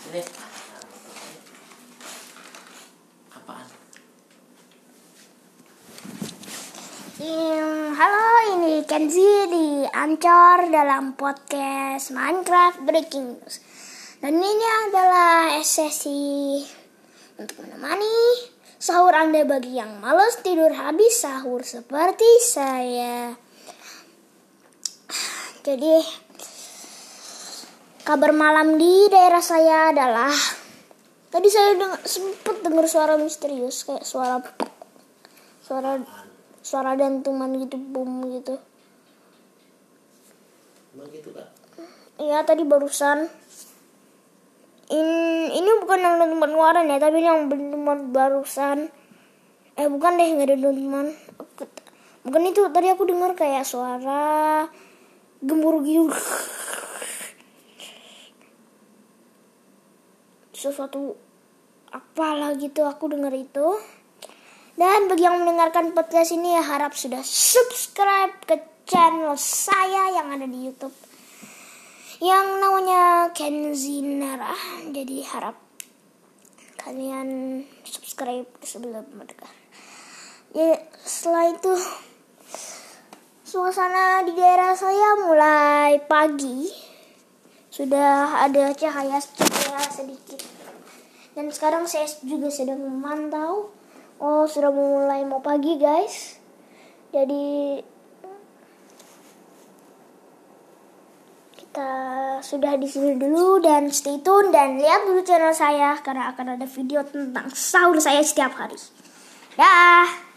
Ini apaan? Halo, ini Kenzi di Anchor dalam podcast Minecraft Breaking News. Dan ini adalah sesi untuk menemani sahur Anda bagi yang malas tidur habis sahur seperti saya. Jadi, kabar malam di daerah saya adalah tadi saya sempat dengar suara misterius kayak suara dentuman gitu, boom gitu. Emang gitu Kak? Iya, tadi barusan. Ini bukan yang dentuman kemarin ya, tapi yang dentuman barusan. Bukan deh, nggak ada dentuman. Bukan itu, tadi aku dengar kayak suara gemuruh gitu. Sesuatu apalah gitu, aku dengar itu. Dan bagi yang mendengarkan podcast ini, ya harap sudah subscribe ke channel saya yang ada di YouTube yang namanya Kenzi Nara. Jadi harap kalian subscribe sebelum mendengar. Ya, setelah itu suasana di daerah saya mulai pagi. Sudah ada cahaya sedikit. Dan sekarang saya juga sedang memantau. Oh, sudah mulai mau pagi, guys. Jadi kita sudah di sini dulu dan stay tune dan lihat dulu channel saya karena akan ada video tentang sahur saya setiap hari. Dah.